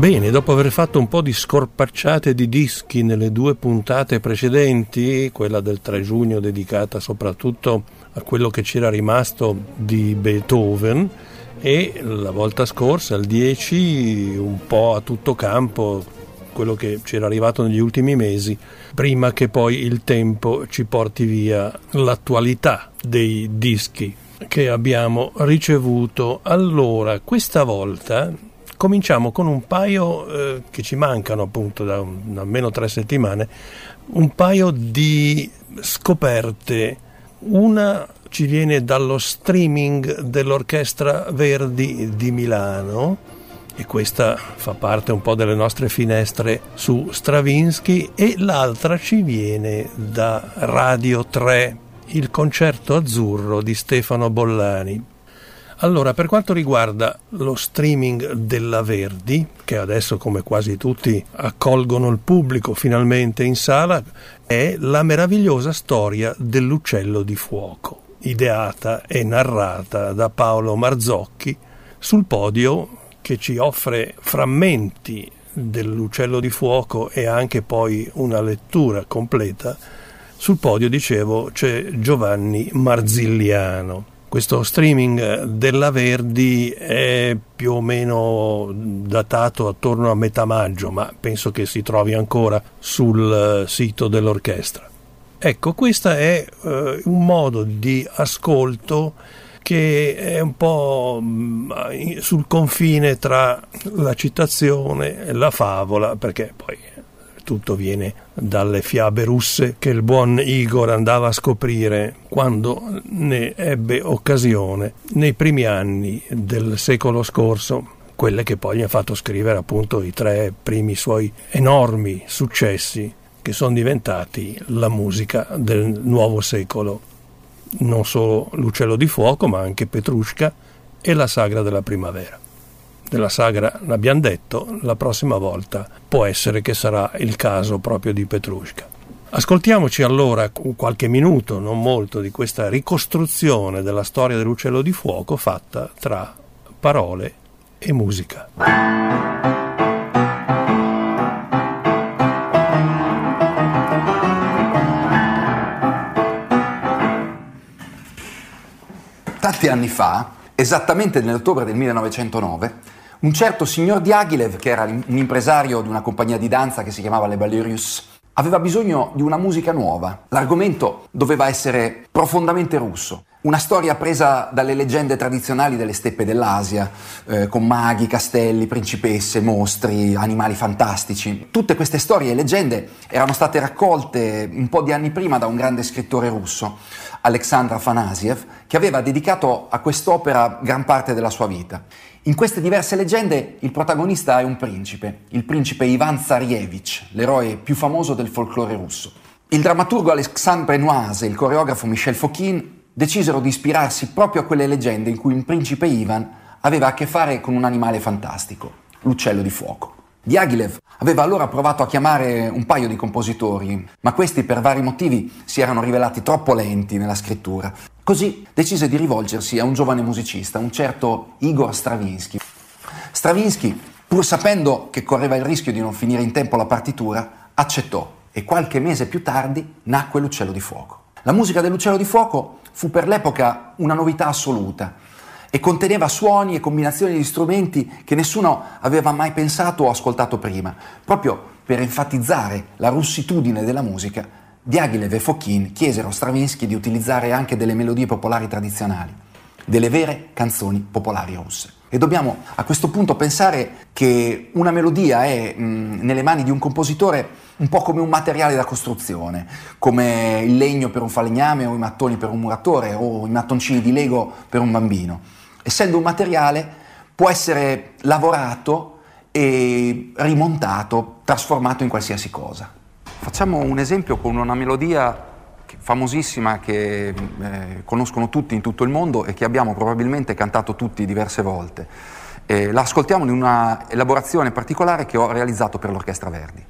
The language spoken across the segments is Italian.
Bene, dopo aver fatto un po' di scorpacciate di dischi nelle 2 puntate precedenti, quella del 3 giugno dedicata soprattutto a quello che c'era rimasto di Beethoven, e la volta scorsa, al 10, un po' a tutto campo, quello che c'era arrivato negli ultimi mesi, prima che poi il tempo ci porti via l'attualità dei dischi che abbiamo ricevuto. Allora, questa volta cominciamo con un paio che ci mancano appunto da almeno 3 settimane, un paio di scoperte. Una ci viene dallo streaming dell'Orchestra Verdi di Milano, e questa fa parte un po' delle nostre finestre su Stravinsky, e l'altra ci viene da Radio 3, il concerto azzurro di Stefano Bollani. Allora, per quanto riguarda lo streaming della Verdi, che adesso come quasi tutti accolgono il pubblico finalmente in sala, è la meravigliosa storia dell'Uccello di Fuoco, ideata e narrata da Paolo Marzocchi, sul podio, che ci offre frammenti dell'Uccello di Fuoco e anche poi una lettura completa. Sul podio, dicevo, c'è Giovanni Marzigliano. Questo streaming della Verdi è più o meno datato attorno a metà maggio, ma penso che si trovi ancora sul sito dell'orchestra. Ecco, questo è un modo di ascolto che è un po' sul confine tra la citazione e la favola, perché poi tutto viene dalle fiabe russe che il buon Igor andava a scoprire quando ne ebbe occasione nei primi anni del secolo scorso, quelle che poi gli ha fatto scrivere appunto i 3 primi suoi enormi successi, che sono diventati la musica del nuovo secolo. Non solo l'Uccello di Fuoco, ma anche Petrushka e la Sagra della Primavera. Della Sagra l'abbiamo detto, la prossima volta può essere che sarà il caso proprio di Petrushka. Ascoltiamoci allora qualche minuto, non molto, di questa ricostruzione della storia dell'Uccello di Fuoco fatta tra parole e musica. Tanti anni fa, esattamente nell'ottobre del 1909, un certo signor Diaghilev, che era un impresario di una compagnia di danza che si chiamava Le Ballets, aveva bisogno di una musica nuova. L'argomento doveva essere profondamente russo. Una storia presa dalle leggende tradizionali delle steppe dell'Asia, con maghi, castelli, principesse, mostri, animali fantastici. Tutte queste storie e leggende erano state raccolte un po' di anni prima da un grande scrittore russo, Alexandr Afanasiev, che aveva dedicato a quest'opera gran parte della sua vita. In queste diverse leggende il protagonista è un principe, il principe Ivan Tsarevich, l'eroe più famoso del folklore russo. Il drammaturgo Alexandre Benoise e il coreografo Michel Fokine decisero di ispirarsi proprio a quelle leggende in cui il principe Ivan aveva a che fare con un animale fantastico, l'Uccello di Fuoco. Diaghilev aveva allora provato a chiamare un paio di compositori, ma questi per vari motivi si erano rivelati troppo lenti nella scrittura. Così decise di rivolgersi a un giovane musicista, un certo Igor Stravinsky. Stravinsky, pur sapendo che correva il rischio di non finire in tempo la partitura, accettò e qualche mese più tardi nacque l'Uccello di Fuoco. La musica dell'Uccello di Fuoco fu per l'epoca una novità assoluta e conteneva suoni e combinazioni di strumenti che nessuno aveva mai pensato o ascoltato prima. Proprio per enfatizzare la russitudine della musica, Diaghilev e Fokine chiesero a Stravinsky di utilizzare anche delle melodie popolari tradizionali, delle vere canzoni popolari russe. E dobbiamo a questo punto pensare che una melodia è nelle mani di un compositore un po' come un materiale da costruzione, come il legno per un falegname o i mattoni per un muratore o i mattoncini di Lego per un bambino. Essendo un materiale, può essere lavorato e rimontato, trasformato in qualsiasi cosa. Facciamo un esempio con una melodia famosissima che conoscono tutti in tutto il mondo e che abbiamo probabilmente cantato tutti diverse volte. La ascoltiamo in una elaborazione particolare che ho realizzato per l'Orchestra Verdi.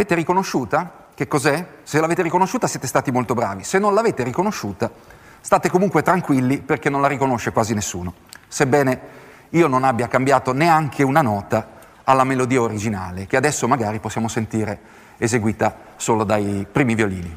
L'avete riconosciuta? Che cos'è? Se l'avete riconosciuta siete stati molto bravi. Se non l'avete riconosciuta, state comunque tranquilli perché non la riconosce quasi nessuno. Sebbene io non abbia cambiato neanche una nota alla melodia originale, che adesso magari possiamo sentire eseguita solo dai primi violini.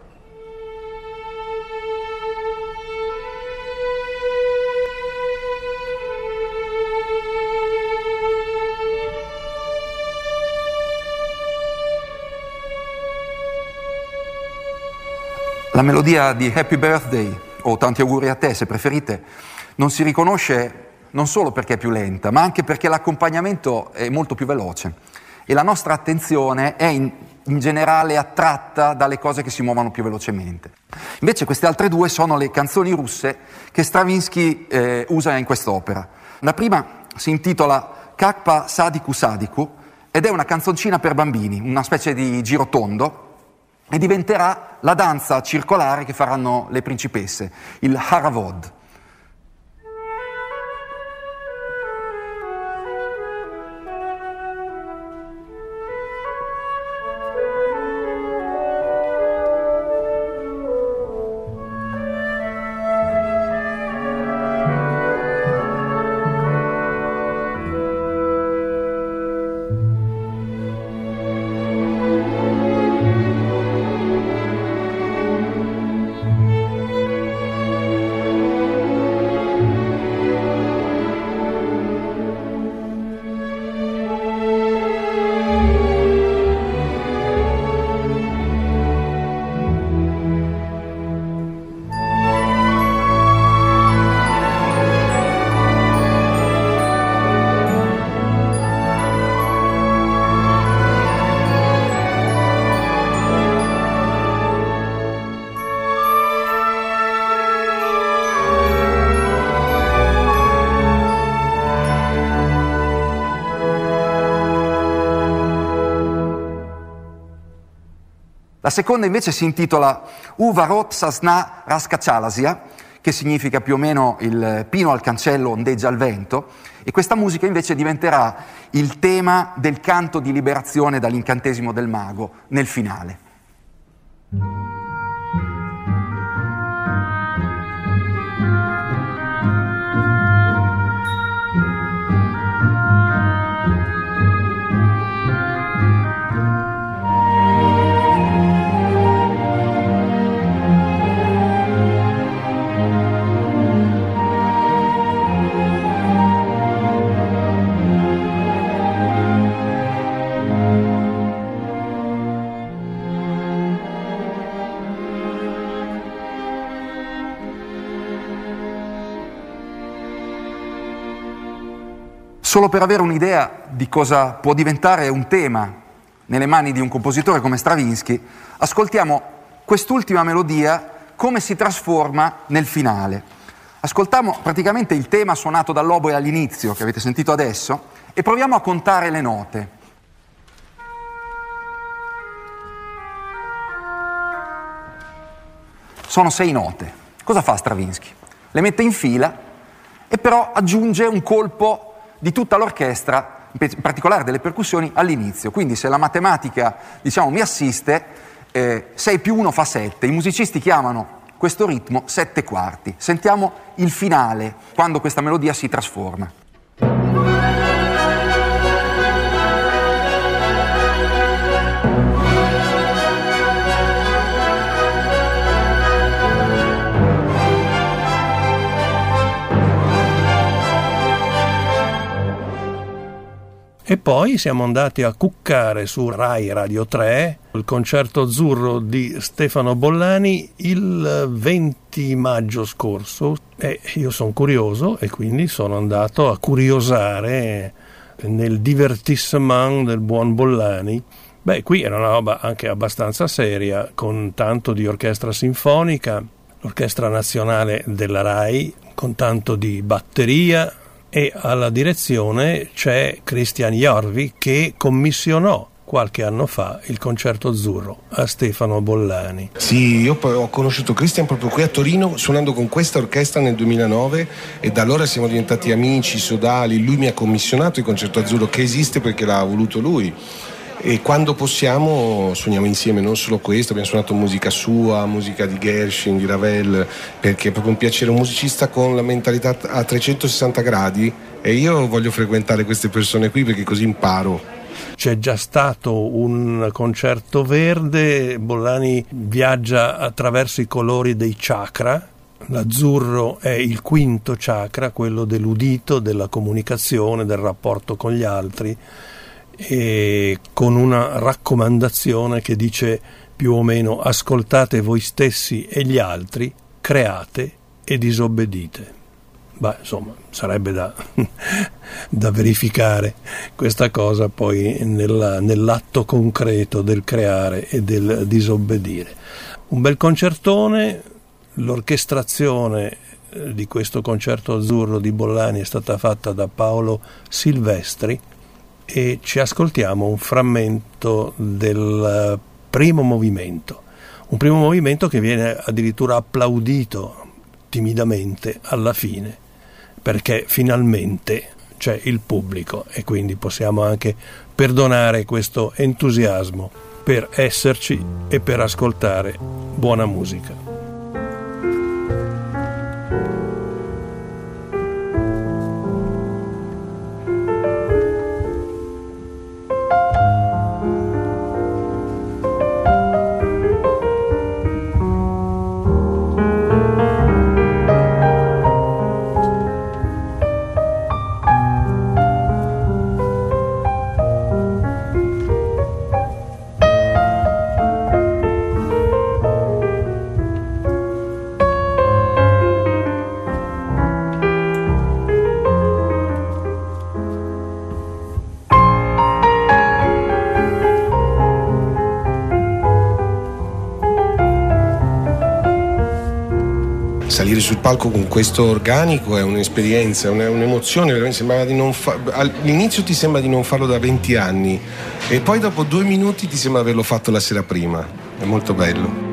La melodia di Happy Birthday, o Tanti auguri a te se preferite, non si riconosce non solo perché è più lenta, ma anche perché l'accompagnamento è molto più veloce e la nostra attenzione è in generale attratta dalle cose che si muovono più velocemente. Invece queste altre due sono le canzoni russe che Stravinsky usa in quest'opera. La prima si intitola Kakpa Sadiku Sadiku ed è una canzoncina per bambini, una specie di girotondo, e diventerà la danza circolare che faranno le principesse, il Haravod. La seconda invece si intitola Uvarot Sasna Raskachalasia, che significa più o meno il pino al cancello ondeggia al vento, e questa musica invece diventerà il tema del canto di liberazione dall'incantesimo del mago nel finale. Solo per avere un'idea di cosa può diventare un tema nelle mani di un compositore come Stravinsky, ascoltiamo quest'ultima melodia come si trasforma nel finale. Ascoltiamo praticamente il tema suonato dall'oboe all'inizio, che avete sentito adesso, e proviamo a contare le note. Sono 6 note. Cosa fa Stravinsky? Le mette in fila e però aggiunge un colpo di tutta l'orchestra, in particolare delle percussioni, all'inizio. Quindi se la matematica, diciamo, mi assiste, 6 più 1 fa 7. I musicisti chiamano questo ritmo 7 quarti. Sentiamo il finale, quando questa melodia si trasforma. E poi siamo andati a cuccare su Rai Radio 3 il concerto azzurro di Stefano Bollani il 20 maggio scorso e io sono curioso e quindi sono andato a curiosare nel divertissement del buon Bollani. Beh, qui era una roba anche abbastanza seria, con tanto di orchestra sinfonica, l'orchestra nazionale della Rai, con tanto di batteria, e alla direzione c'è Christian Jorvi, che commissionò qualche anno fa il concerto azzurro a Stefano Bollani. Sì, io poi ho conosciuto Christian proprio qui a Torino suonando con questa orchestra nel 2009 e da allora siamo diventati amici, sodali. Lui mi ha commissionato il concerto azzurro, che esiste perché l'ha voluto lui. e quando possiamo suoniamo insieme. Non solo questo, abbiamo suonato musica sua, musica di Gershwin, di Ravel, perché è proprio un piacere, un musicista con la mentalità a 360 gradi, e io voglio frequentare queste persone qui perché così imparo. C'è già stato un concerto verde, Bollani viaggia attraverso i colori dei chakra. L'azzurro è il quinto chakra, quello dell'udito, della comunicazione, del rapporto con gli altri, e con una raccomandazione che dice più o meno: ascoltate voi stessi e gli altri, create e disobbedite. Beh, insomma, sarebbe da verificare questa cosa poi nell'atto concreto del creare e del disobbedire. Un bel concertone. L'orchestrazione di questo concerto azzurro di Bollani è stata fatta da Paolo Silvestri, e ci ascoltiamo un frammento del primo movimento, un primo movimento che viene addirittura applaudito timidamente alla fine, perché finalmente c'è il pubblico e quindi possiamo anche perdonare questo entusiasmo per esserci e per ascoltare buona musica. Salire sul palco con questo organico è un'esperienza, un'emozione. Sembrava di all'inizio ti sembra di non farlo da 20 anni e poi dopo 2 minuti ti sembra averlo fatto la sera prima. È molto bello.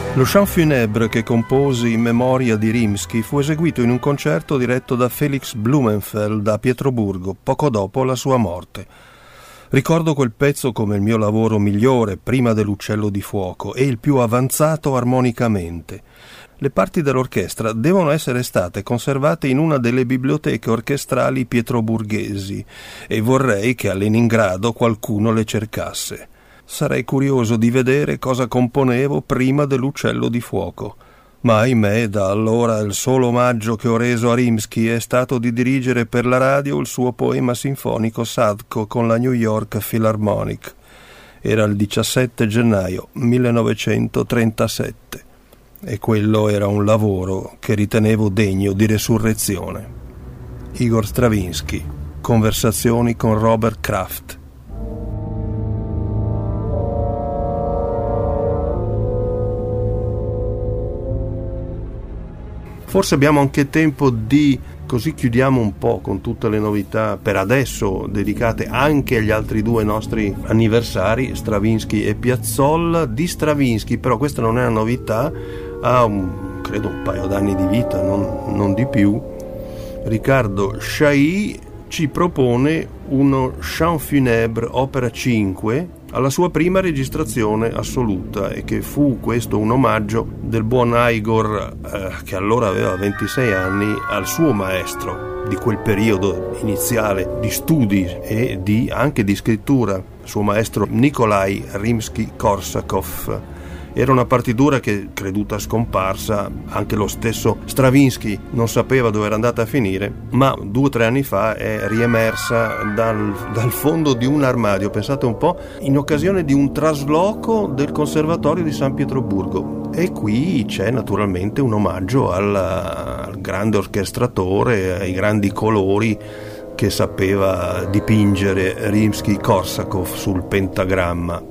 Lo chant funèbre che composi in memoria di Rimsky fu eseguito in un concerto diretto da Felix Blumenfeld a Pietroburgo, poco dopo la sua morte. Ricordo quel pezzo come il mio lavoro migliore prima dell'Uccello di fuoco e il più avanzato armonicamente. Le parti dell'orchestra devono essere state conservate in una delle biblioteche orchestrali pietroburghesi e vorrei che a Leningrado qualcuno le cercasse. Sarei curioso di vedere cosa componevo prima dell'Uccello di fuoco. Ma ahimè, da allora il solo omaggio che ho reso a Rimsky è stato di dirigere per la radio il suo poema sinfonico Sadko con la New York Philharmonic. Era il 17 gennaio 1937 e quello era un lavoro che ritenevo degno di resurrezione. Igor Stravinsky, Conversazioni con Robert Kraft. Forse abbiamo anche tempo di, così chiudiamo un po' con tutte le novità per adesso dedicate anche agli altri due nostri anniversari, Stravinsky e Piazzolla. Di Stravinsky però questa non è una novità, ha credo un paio d'anni di vita, non di più. Riccardo Chailly ci propone uno chant funèbre opera 5 alla sua prima registrazione assoluta, e che fu questo un omaggio del buon Igor, che allora aveva 26 anni, al suo maestro di quel periodo iniziale di studi e anche di scrittura, suo maestro Nikolai Rimsky-Korsakov. Era una partitura che, creduta scomparsa, anche lo stesso Stravinsky non sapeva dove era andata a finire, ma 2 o 3 anni fa è riemersa dal fondo di un armadio, pensate un po', in occasione di un trasloco del Conservatorio di San Pietroburgo. E qui c'è naturalmente un omaggio al grande orchestratore, ai grandi colori che sapeva dipingere Rimsky-Korsakov sul pentagramma.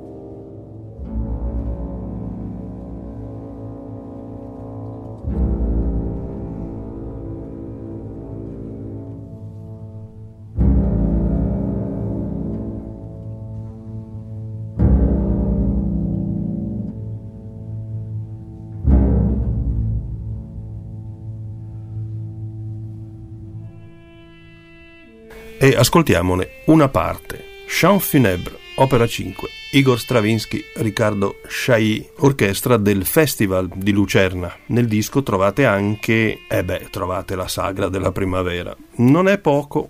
E ascoltiamone una parte. Chant funèbre, opera 5, Igor Stravinsky, Riccardo Chailly, orchestra del Festival di Lucerna. Nel disco trovate anche, trovate la Sagra della Primavera. Non è poco.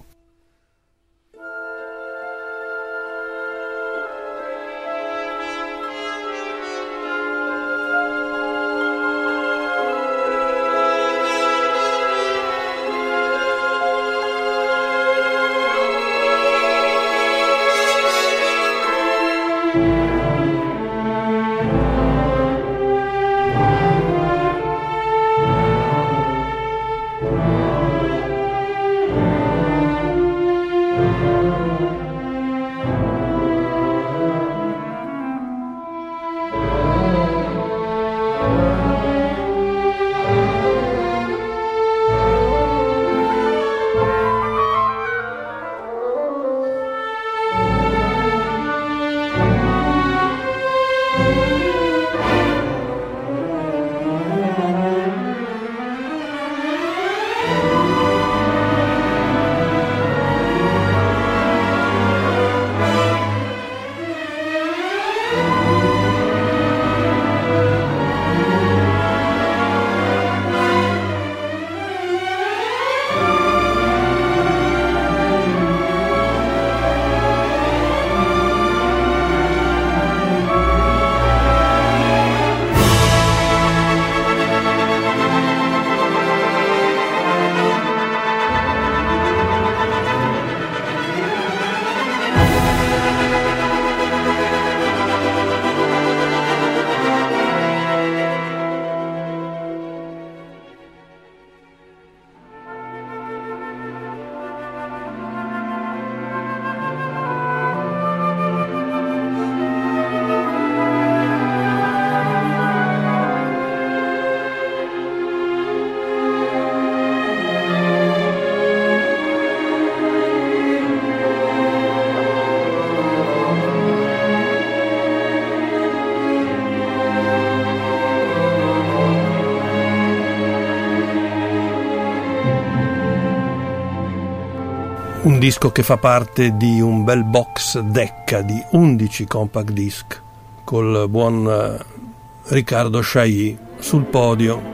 Un disco che fa parte di un bel box Decca di 11 compact disc, col buon Riccardo Chailly sul podio.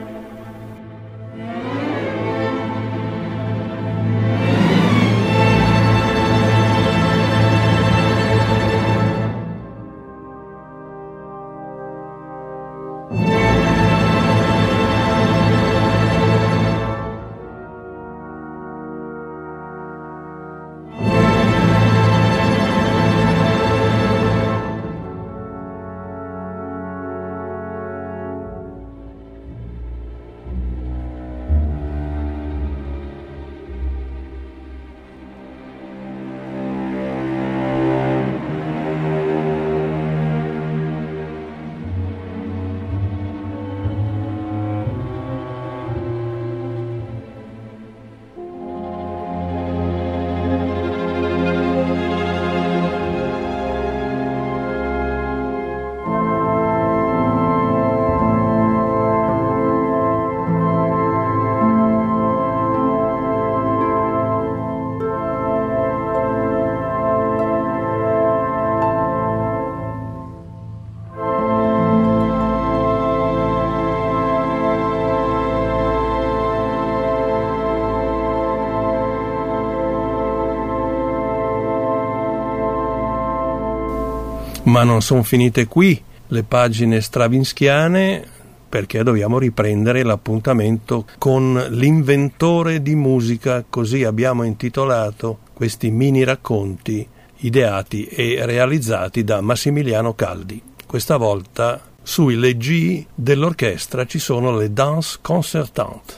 Ma non sono finite qui le pagine stravinskiane, perché dobbiamo riprendere l'appuntamento con l'inventore di musica, così abbiamo intitolato questi mini racconti ideati e realizzati da Massimiliano Caldi. Questa volta sui leggi dell'orchestra ci sono le danse concertantes.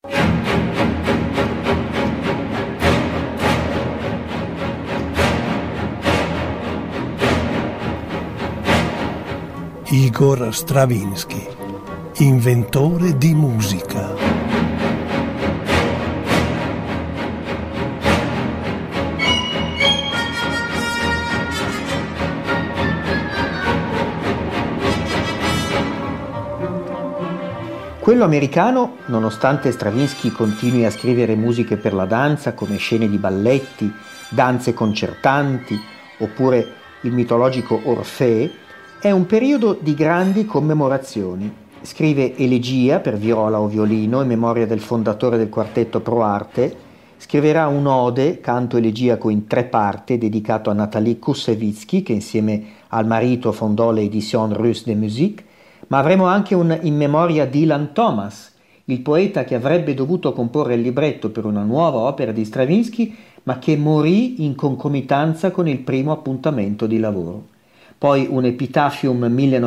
Igor Stravinsky, inventore di musica. Quello americano, nonostante Stravinsky continui a scrivere musiche per la danza come scene di balletti, danze concertanti oppure il mitologico Orfeo, è un periodo di grandi commemorazioni. Scrive elegia per viola o violino in memoria del fondatore del quartetto Pro Arte, scriverà un'ode, canto elegiaco in 3 parti, dedicato a Nathalie Kussevitsky, che insieme al marito fondò le Éditions Russes de Musique, ma avremo anche un in memoria di Dylan Thomas, il poeta che avrebbe dovuto comporre il libretto per una nuova opera di Stravinsky, ma che morì in concomitanza con il primo appuntamento di lavoro. Poi un Epitafium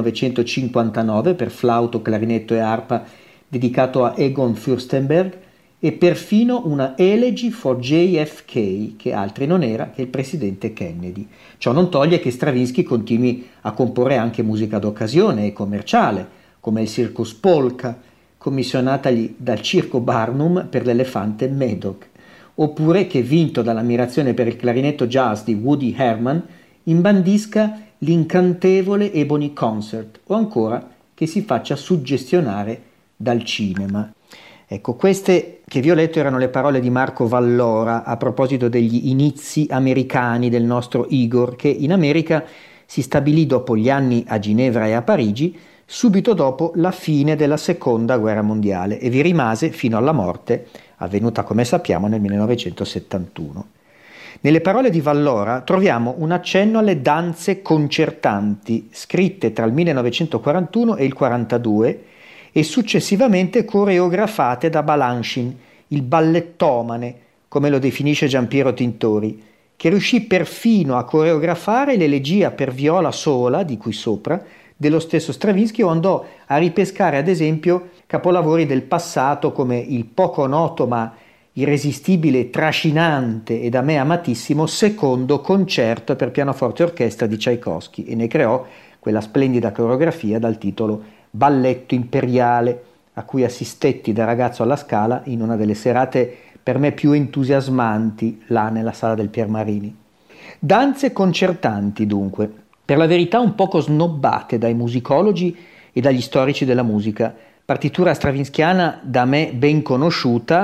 1959 per flauto, clarinetto e arpa dedicato a Egon Fürstenberg e perfino una Elegy for JFK, che altri non era che il presidente Kennedy. Ciò non toglie che Stravinsky continui a comporre anche musica d'occasione e commerciale, come il Circus Polka, commissionatagli dal Circo Barnum per l'elefante Medoc, oppure che, vinto dall'ammirazione per il clarinetto jazz di Woody Herman, imbandisca l'incantevole Ebony Concert, o ancora che si faccia suggestionare dal cinema. Ecco, queste che vi ho letto erano le parole di Marco Vallora a proposito degli inizi americani del nostro Igor, che in America si stabilì dopo gli anni a Ginevra e a Parigi, subito dopo la fine della Seconda Guerra Mondiale, e vi rimase fino alla morte, avvenuta come sappiamo nel 1971. Nelle parole di Vallora troviamo un accenno alle danze concertanti, scritte tra il 1941 e il 1942 e successivamente coreografate da Balanchine, il ballettomane, come lo definisce Giampiero Tintori, che riuscì perfino a coreografare l'elegia per viola sola, di cui sopra, dello stesso Stravinsky, o andò a ripescare ad esempio capolavori del passato come il poco noto ma irresistibile, trascinante e da me amatissimo secondo concerto per pianoforte e orchestra di Tchaikovsky, e ne creò quella splendida coreografia dal titolo Balletto Imperiale, a cui assistetti da ragazzo alla Scala in una delle serate per me più entusiasmanti là nella sala del Piermarini. Danze concertanti dunque, per la verità un poco snobbate dai musicologi e dagli storici della musica, partitura stravinskiana da me ben conosciuta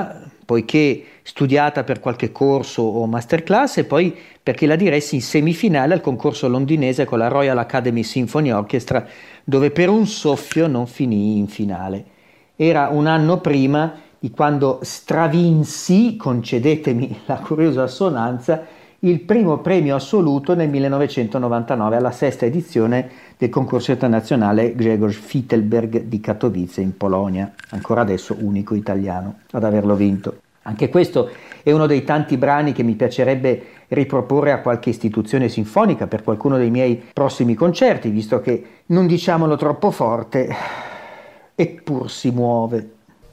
poiché studiata per qualche corso o masterclass e poi perché la diressi in semifinale al concorso londinese con la Royal Academy Symphony Orchestra, dove per un soffio non finì in finale. Era un anno prima di quando Stravinsky, concedetemi la curiosa assonanza, il primo premio assoluto nel 1999 alla sesta edizione del concorso internazionale Grzegorz Fittelberg di Katowice in Polonia, ancora adesso unico italiano ad averlo vinto. Anche questo è uno dei tanti brani che mi piacerebbe riproporre a qualche istituzione sinfonica per qualcuno dei miei prossimi concerti, visto che, non diciamolo troppo forte, eppur si muove.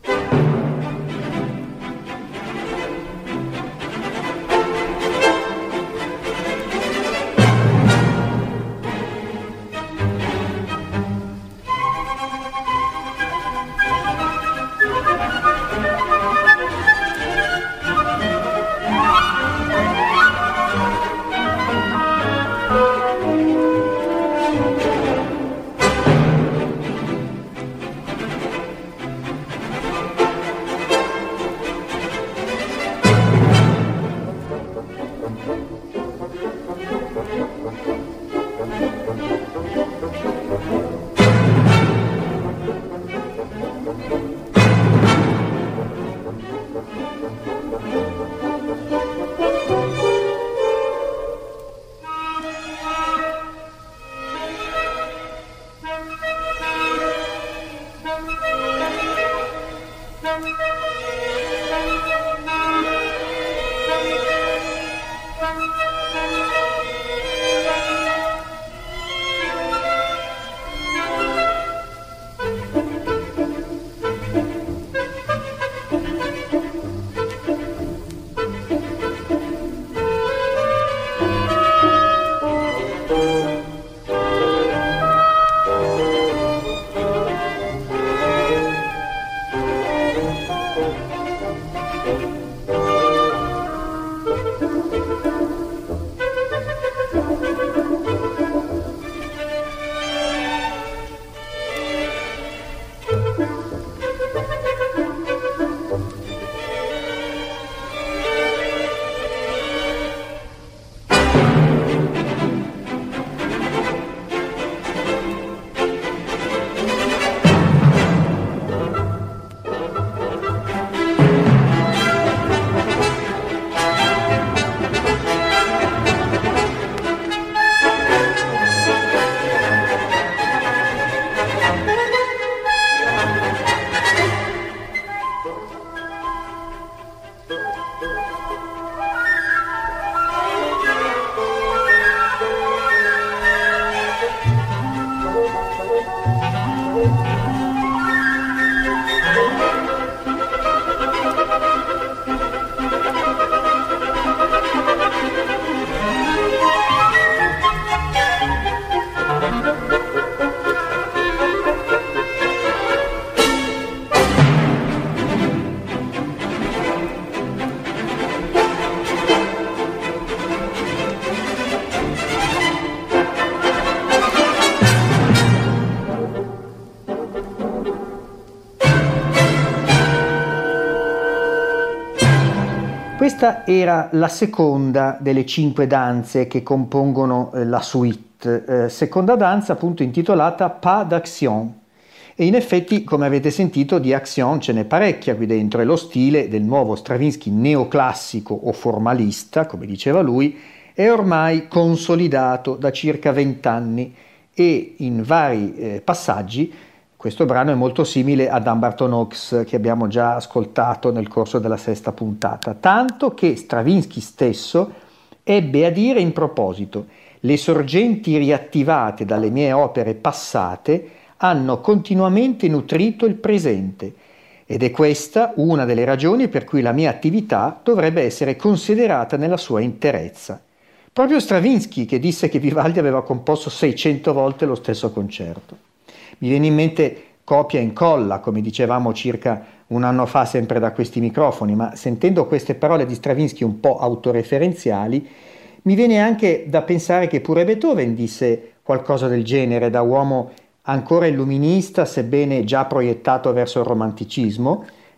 Questa era la seconda delle 5 danze che compongono la suite, seconda danza appunto intitolata Pas d'action. E in effetti, come avete sentito, di action ce n'è parecchia qui dentro, e lo stile del nuovo Stravinsky neoclassico o formalista, come diceva lui, è ormai consolidato da circa 20 anni e in vari passaggi questo brano è molto simile a Dumbarton Oaks che abbiamo già ascoltato nel corso della sesta puntata, tanto che Stravinsky stesso ebbe a dire in proposito: le sorgenti riattivate dalle mie opere passate hanno continuamente nutrito il presente ed è questa una delle ragioni per cui la mia attività dovrebbe essere considerata nella sua interezza. Proprio Stravinsky che disse che Vivaldi aveva composto 600 volte lo stesso concerto. Mi viene in mente copia e incolla, come dicevamo circa un anno fa sempre da questi microfoni, ma sentendo queste parole di Stravinsky un po' autoreferenziali, mi viene anche da pensare che pure Beethoven disse qualcosa del genere, da uomo ancora illuminista, sebbene già proiettato verso il romanticismo,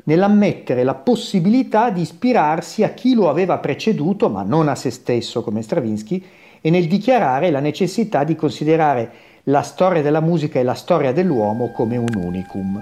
nell'ammettere la possibilità di ispirarsi a chi lo aveva preceduto, ma non a se stesso come Stravinsky, e nel dichiarare la necessità di considerare la storia della musica e la storia dell'uomo come un unicum.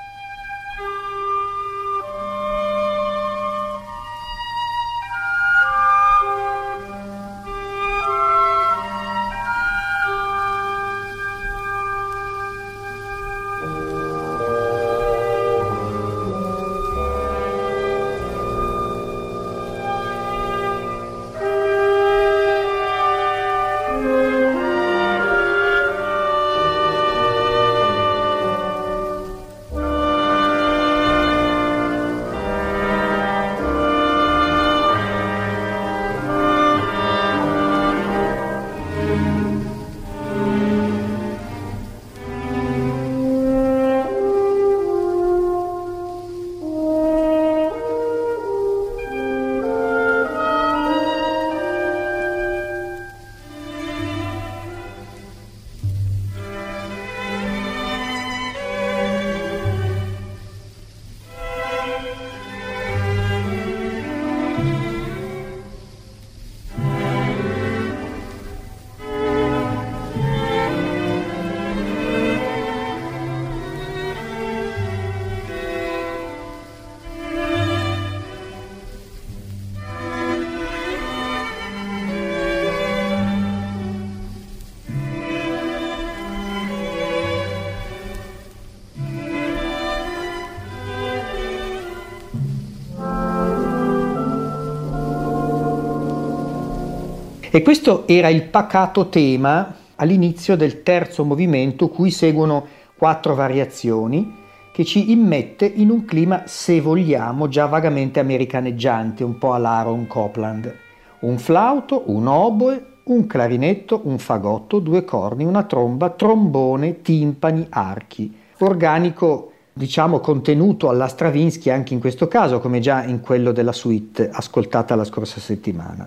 E questo era il pacato tema all'inizio del terzo movimento, cui seguono 4 variazioni, che ci immette in un clima, se vogliamo, già vagamente americaneggiante, un po' all'Aaron Copland. Un flauto, un oboe, un clarinetto, un fagotto, 2 corni, una tromba, trombone, timpani, archi. Organico, diciamo, contenuto alla Stravinsky anche in questo caso, come già in quello della suite ascoltata la scorsa settimana.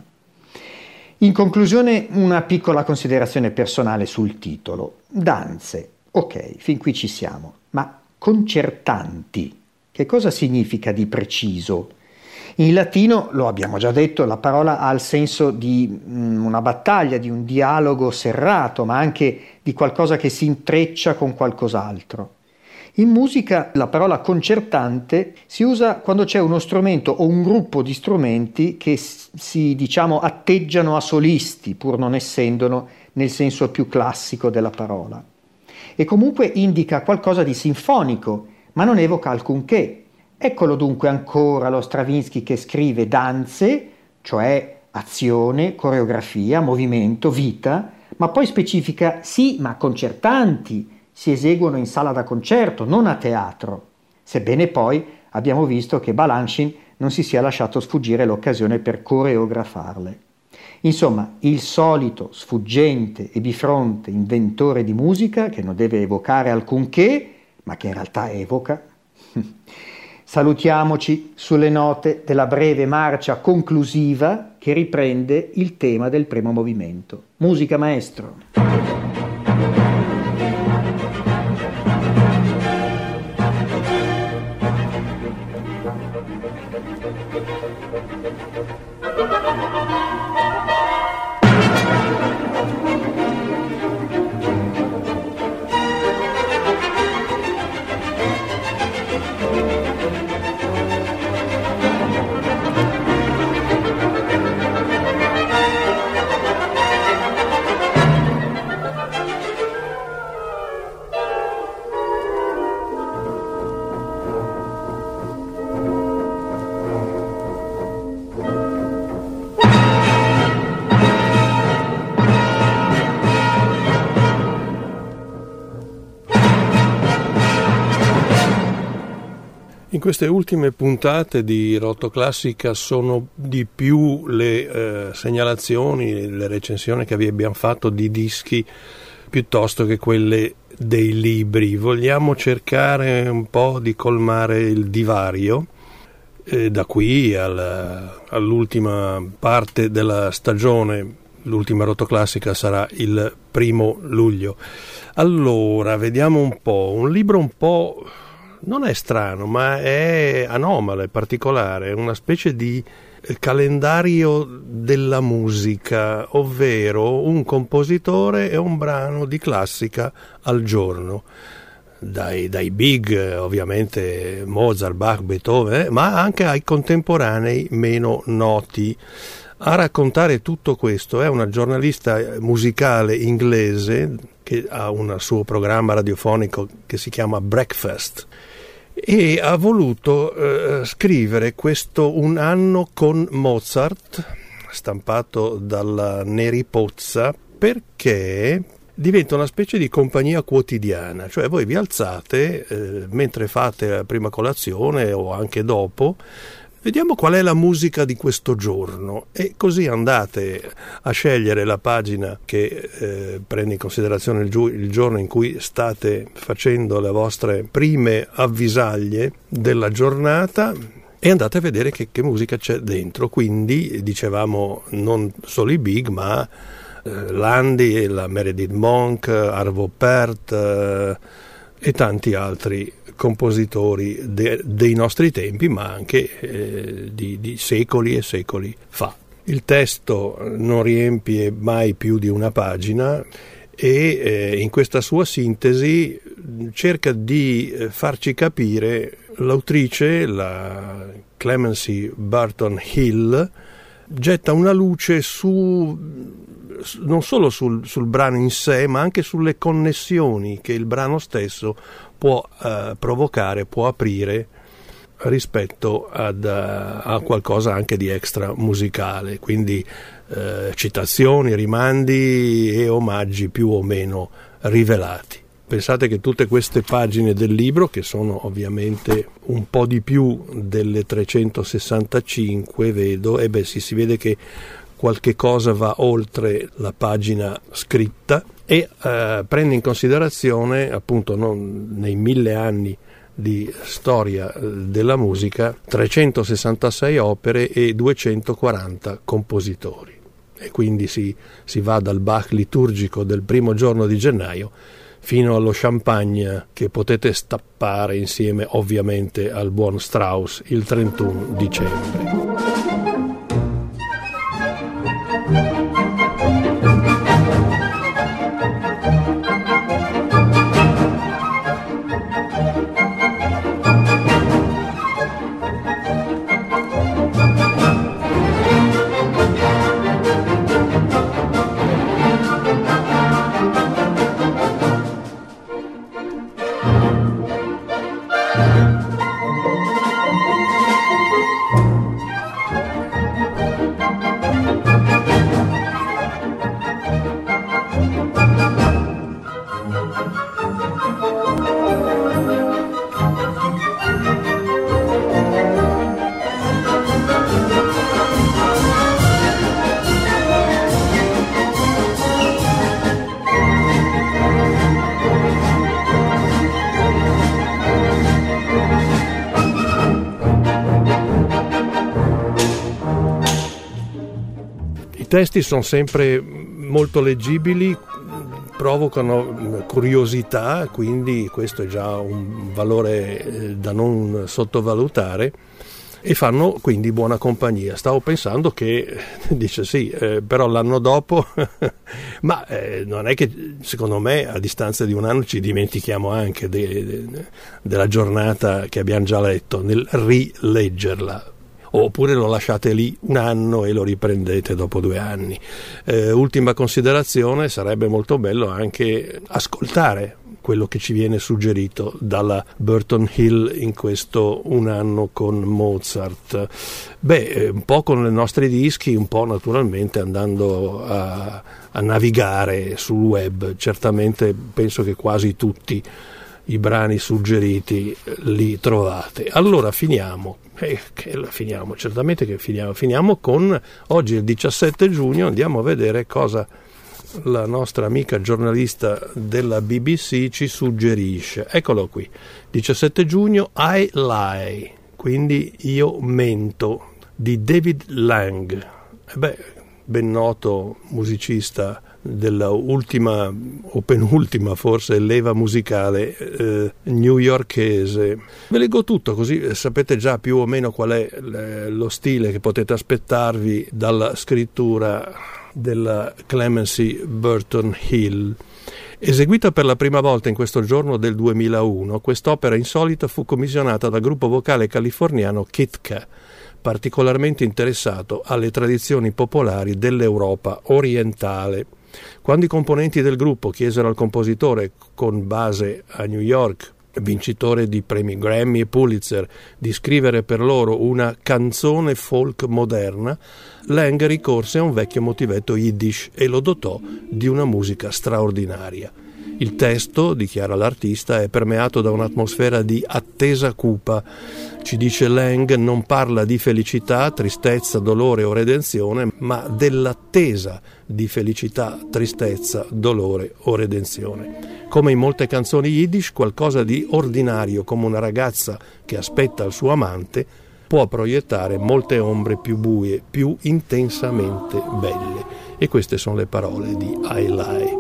In conclusione, una piccola considerazione personale sul titolo. Danze, ok, fin qui ci siamo, ma concertanti, che cosa significa di preciso? In latino, lo abbiamo già detto, la parola ha il senso di una battaglia, di un dialogo serrato, ma anche di qualcosa che si intreccia con qualcos'altro. In musica la parola concertante si usa quando c'è uno strumento o un gruppo di strumenti che si, diciamo, atteggiano a solisti, pur non essendolo nel senso più classico della parola. E comunque indica qualcosa di sinfonico, ma non evoca alcunché. Eccolo dunque ancora lo Stravinsky che scrive danze, cioè azione, coreografia, movimento, vita, ma poi specifica sì, ma concertanti, si eseguono in sala da concerto, non a teatro, sebbene poi abbiamo visto che Balanchine non si sia lasciato sfuggire l'occasione per coreografarle. Insomma, il solito sfuggente e bifronte inventore di musica che non deve evocare alcunché, ma che in realtà evoca. Salutiamoci sulle note della breve marcia conclusiva che riprende il tema del primo movimento. Musica, maestro. In queste ultime puntate di Rotoclassica sono di più le segnalazioni, le recensioni che vi abbiamo fatto di dischi piuttosto che quelle dei libri. Vogliamo cercare un po' di colmare il divario. Da qui all'ultima parte della stagione, l'ultima Rotoclassica sarà il 1 luglio. Allora, vediamo un po', un libro un po' non è strano, ma è anomalo, è particolare, è una specie di calendario della musica, ovvero un compositore e un brano di classica al giorno. Dai big, ovviamente Mozart, Bach, Beethoven, ma anche ai contemporanei meno noti. A raccontare tutto questo è una giornalista musicale inglese che ha un suo programma radiofonico che si chiama Breakfast e ha voluto scrivere questo Un anno con Mozart, stampato dalla Neri Pozza, perché diventa una specie di compagnia quotidiana, cioè voi vi alzate mentre fate la prima colazione o anche dopo, vediamo qual è la musica di questo giorno e così andate a scegliere la pagina che prende in considerazione il giorno in cui state facendo le vostre prime avvisaglie della giornata e andate a vedere che musica c'è dentro. Quindi dicevamo non solo i big, ma Landi, la Meredith Monk, Arvo Pärt e tanti altri compositori dei nostri tempi, ma anche di secoli e secoli fa. Il testo non riempie mai più di una pagina e in questa sua sintesi cerca di farci capire l'autrice, la Clemency Burton Hill, getta una luce non solo sul brano in sé, ma anche sulle connessioni che il brano stesso può provocare, può aprire rispetto a qualcosa anche di extra musicale, quindi citazioni, rimandi e omaggi più o meno rivelati. Pensate che tutte queste pagine del libro, che sono ovviamente un po' di più delle 365, vedo, si vede che qualche cosa va oltre la pagina scritta e prende in considerazione, appunto, nei 1000 anni di storia della musica, 366 opere e 240 compositori. E quindi si va dal Bach liturgico del primo giorno di gennaio fino allo champagne che potete stappare insieme ovviamente al buon Strauss il 31 dicembre. I testi sono sempre molto leggibili, provocano curiosità, quindi questo è già un valore da non sottovalutare e fanno quindi buona compagnia. Stavo pensando che, dice sì, però l'anno dopo, ma non è che secondo me a distanza di un anno ci dimentichiamo anche della giornata che abbiamo già letto nel rileggerla. Oppure lo lasciate lì un anno e lo riprendete dopo 2 anni. Ultima considerazione, sarebbe molto bello anche ascoltare quello che ci viene suggerito dalla Burton Hill in questo Un anno con Mozart. Un po' con i nostri dischi, un po' naturalmente andando a navigare sul web. Certamente penso che quasi tutti i brani suggeriti li trovate. Allora finiamo con oggi è il 17 giugno, andiamo a vedere cosa la nostra amica giornalista della BBC ci suggerisce. Eccolo qui, 17 giugno, I Lie, quindi io mento, di David Lang, ben noto musicista della ultima o penultima forse leva musicale newyorkese. Ve leggo tutto così sapete già più o meno qual è lo stile che potete aspettarvi dalla scrittura della Clemency Burton Hill. Eseguita per la prima volta in questo giorno del 2001, quest'opera insolita fu commissionata dal gruppo vocale californiano Kitka, particolarmente interessato alle tradizioni popolari dell'Europa orientale. Quando i componenti del gruppo chiesero al compositore, con base a New York, vincitore di premi Grammy e Pulitzer, di scrivere per loro una canzone folk moderna, Lang ricorse a un vecchio motivetto yiddish e lo dotò di una musica straordinaria. Il testo, dichiara l'artista, è permeato da un'atmosfera di attesa cupa. Ci dice Lang, non parla di felicità, tristezza, dolore o redenzione, ma dell'attesa di felicità, tristezza, dolore o redenzione. Come in molte canzoni yiddish, qualcosa di ordinario, come una ragazza che aspetta il suo amante, può proiettare molte ombre più buie, più intensamente belle. E queste sono le parole di I Lie.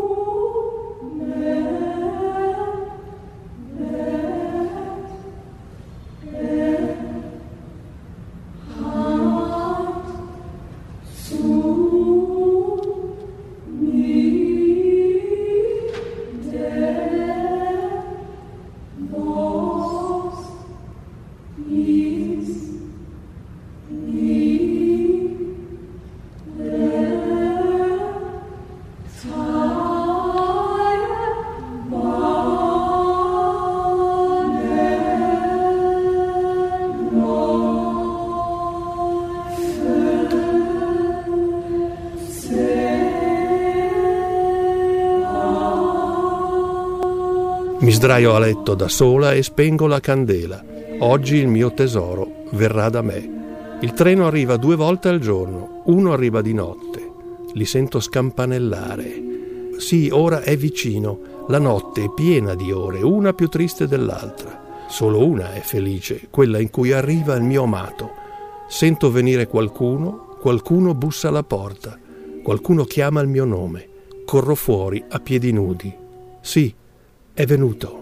Mi sdraio a letto da sola e spengo la candela. Oggi il mio tesoro verrà da me. Il treno arriva 2 volte al giorno, uno arriva di notte. Li sento scampanellare. Sì, ora è vicino. La notte è piena di ore, una più triste dell'altra. Solo una è felice, quella in cui arriva il mio amato. Sento venire qualcuno bussa alla porta. Qualcuno chiama il mio nome. Corro fuori a piedi nudi. Sì, è venuto.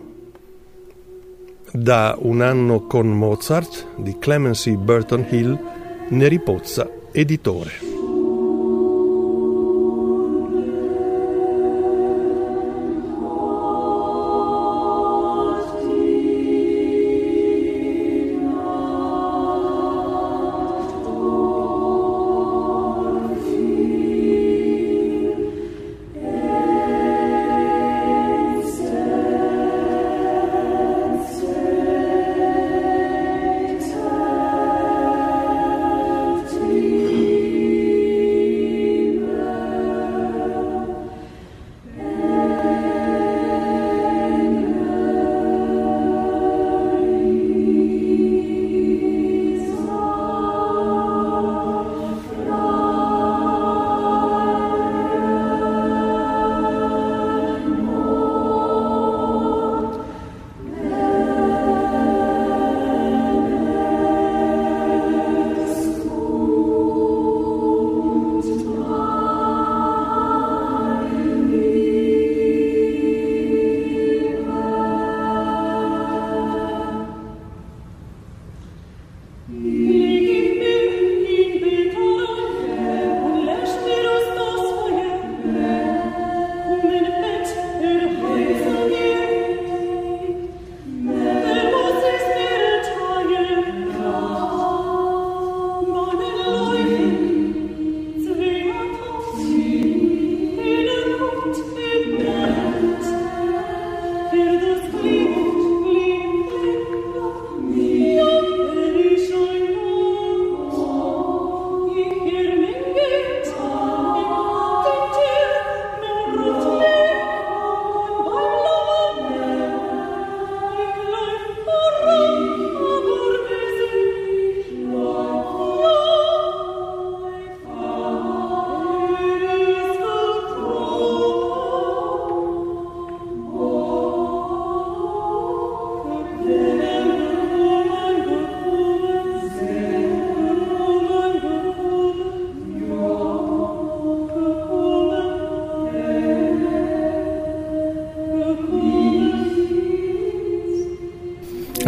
Da Un anno con Mozart di Clemency Burton Hill, Neri Pozza, editore.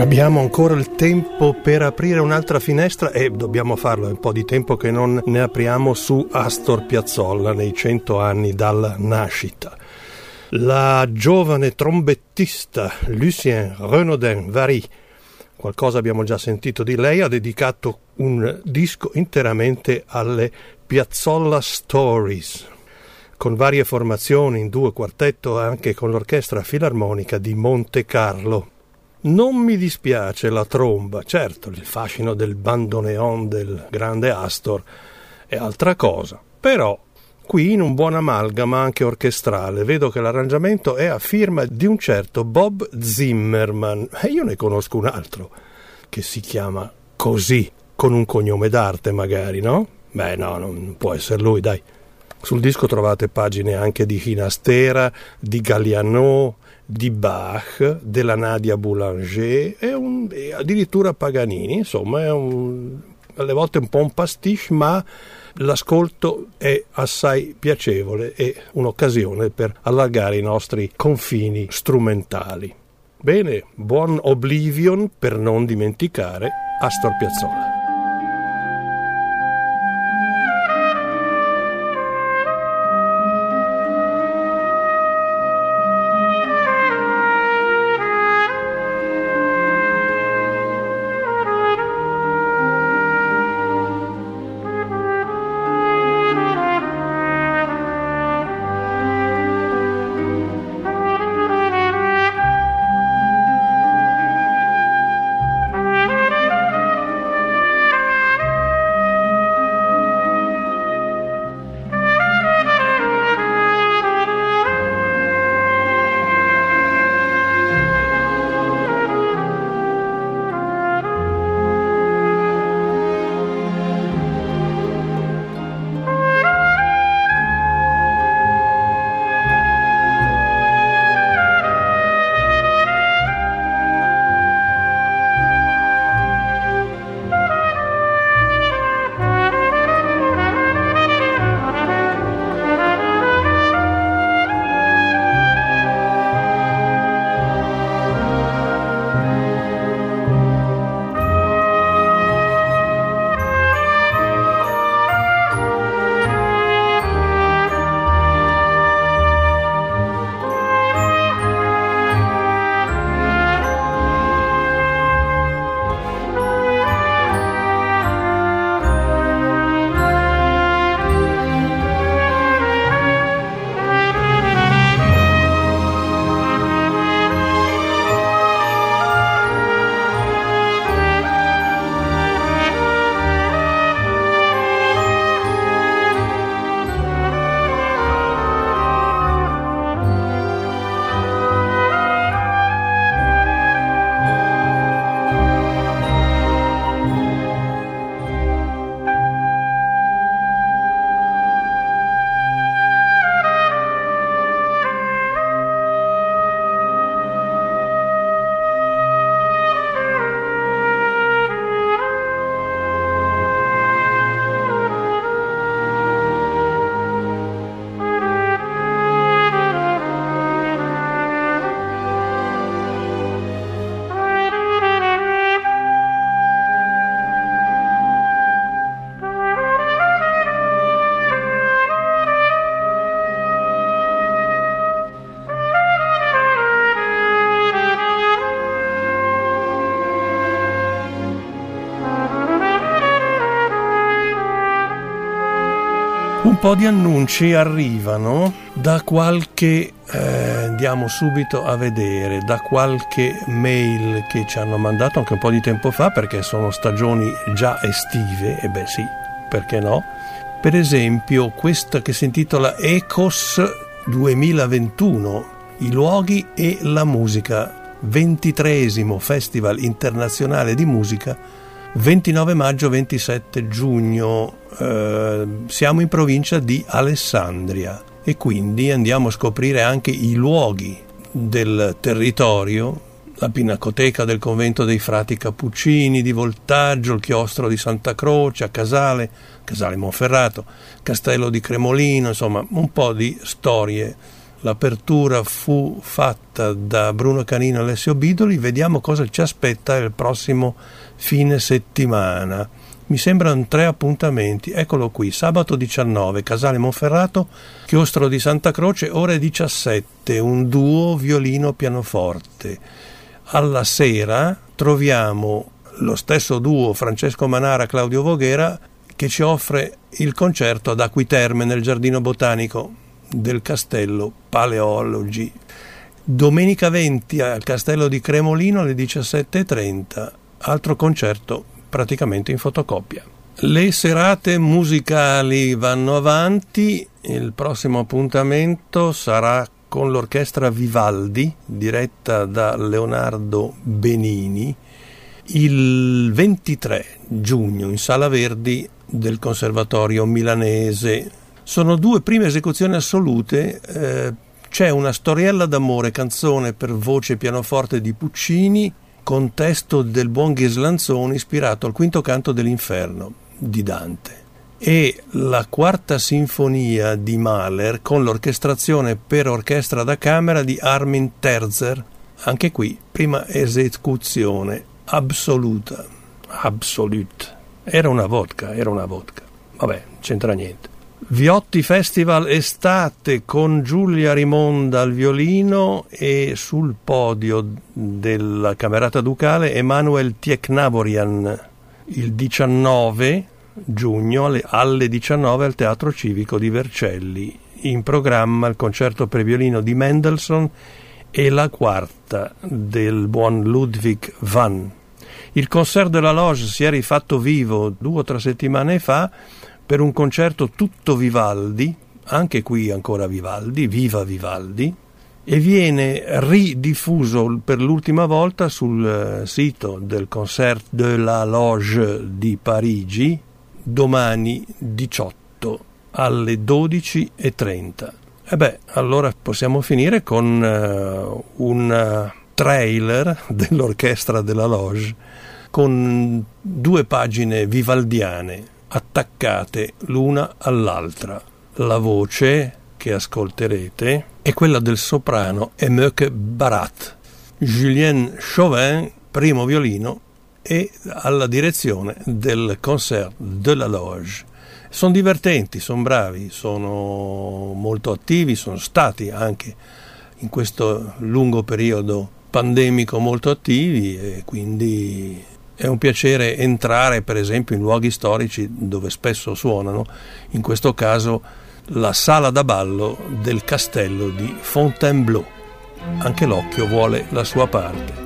Abbiamo ancora il tempo per aprire un'altra finestra e dobbiamo farlo, è un po' di tempo che non ne apriamo su Astor Piazzolla nei 100 anni dalla nascita. La giovane trombettista Lucien Renaudin-Vary, qualcosa abbiamo già sentito di lei, ha dedicato un disco interamente alle Piazzolla Stories, con varie formazioni in duo, quartetto, anche con l'Orchestra Filarmonica di Monte Carlo. Non mi dispiace la tromba, certo, il fascino del bandoneon del grande Astor è altra cosa, però qui in un buon amalgama anche orchestrale vedo che l'arrangiamento è a firma di un certo Bob Zimmerman, e io ne conosco un altro che si chiama così, con un cognome d'arte magari, no? Beh no, non può essere lui, dai. Sul disco trovate pagine anche di Ginastera, di Galliano, di Bach, della Nadia Boulanger e addirittura Paganini, insomma è alle volte un po' un pastiche, ma l'ascolto è assai piacevole e un'occasione per allargare i nostri confini strumentali. Bene, buon Oblivion per non dimenticare Astor Piazzolla. Un po' di annunci arrivano da qualche, andiamo subito a vedere, da qualche mail che ci hanno mandato anche un po' di tempo fa, perché sono stagioni già estive, e beh sì, perché no? Per esempio questa che si intitola Ecos 2021, i luoghi e la musica, 23esimo Festival Internazionale di Musica, 29 maggio 27 giugno, siamo in provincia di Alessandria e quindi andiamo a scoprire anche i luoghi del territorio, la Pinacoteca del Convento dei Frati Cappuccini di Voltaggio, il chiostro di Santa Croce a Casale Monferrato, Castello di Cremolino, insomma un po' di storie L'apertura fu fatta da Bruno Canino e Alessio Bidoli. Vediamo cosa ci aspetta il prossimo fine settimana. Mi sembrano 3 appuntamenti. Eccolo qui: sabato 19, Casale Monferrato, Chiostro di Santa Croce, ore 17, un duo violino-pianoforte. Alla sera troviamo lo stesso duo Francesco Manara-Claudio Voghera, che ci offre il concerto ad Acquiterme nel Giardino Botanico del Castello Paleologi. Domenica 20 al Castello di Cremolino alle 17:30, altro concerto praticamente in fotocopia. Le serate musicali vanno avanti. Il prossimo appuntamento sarà con l'orchestra Vivaldi, diretta da Leonardo Benini, il 23 giugno in Sala Verdi del Conservatorio Milanese. Sono 2 prime esecuzioni assolute. C'è una storiella d'amore, canzone per voce e pianoforte di Puccini, con testo del buon Ghislanzoni, ispirato al quinto canto dell'Inferno di Dante, e la quarta sinfonia di Mahler con l'orchestrazione per orchestra da camera di Armin Terzer. Anche qui prima esecuzione assoluta. Era una vodka. Vabbè, c'entra niente. Viotti Festival estate con Giulia Rimonda al violino e sul podio della Camerata Ducale Emanuel Tieknavorian il 19 giugno alle 19 al Teatro Civico di Vercelli. In programma il concerto per violino di Mendelssohn e la quarta del buon Ludwig van. Il Concert de la Loge si è rifatto vivo 2 o 3 settimane fa per un concerto tutto Vivaldi, anche qui ancora Vivaldi, viva Vivaldi, e viene ridiffuso per l'ultima volta sul sito del Concert de la Loge di Parigi domani 18 alle 12:30. Allora possiamo finire con un trailer dell'orchestra della Loge con 2 pagine vivaldiane attaccate l'una all'altra. La voce che ascolterete è quella del soprano Emeke Barat. Julien Chauvin, primo violino, e alla direzione del Concert de la Loge. Sono divertenti, sono bravi, sono molto attivi, sono stati anche in questo lungo periodo pandemico molto attivi, e quindi è un piacere entrare per esempio in luoghi storici dove spesso suonano, in questo caso la sala da ballo del castello di Fontainebleau. Anche l'occhio vuole la sua parte.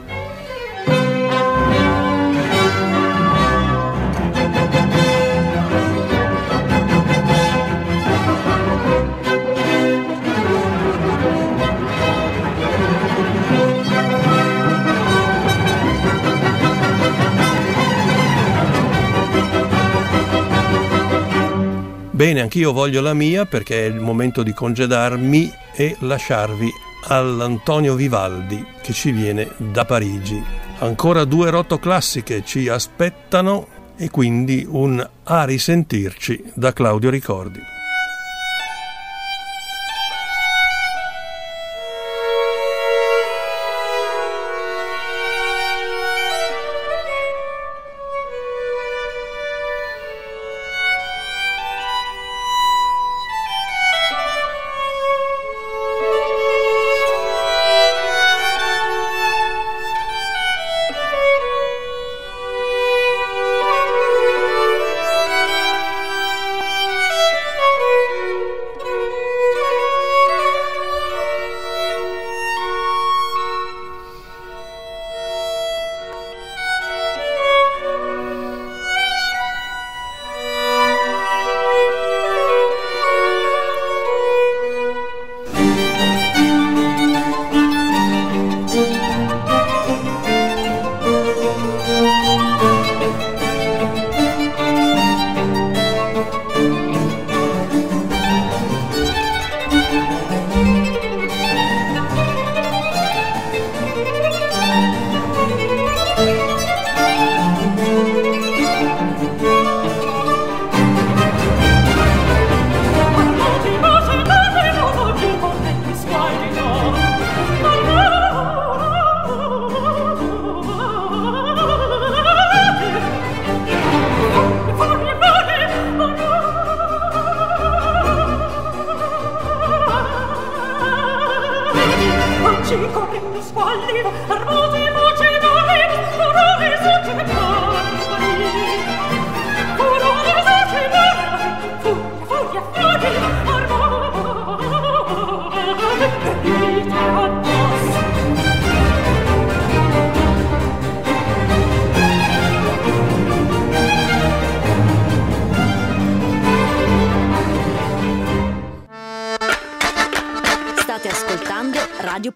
Bene, anch'io voglio la mia, perché è il momento di congedarmi e lasciarvi all'Antonio Vivaldi che ci viene da Parigi. Ancora 2 rotoclassiche ci aspettano e quindi un a risentirci da Claudio Ricordi.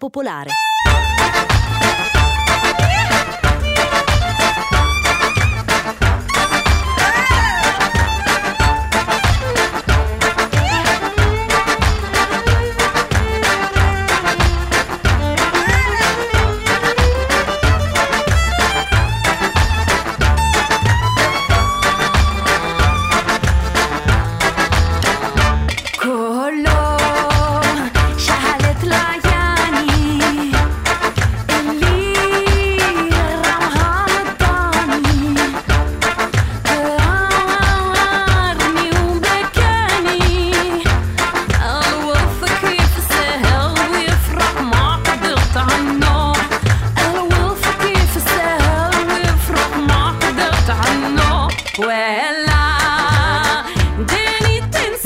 popolare.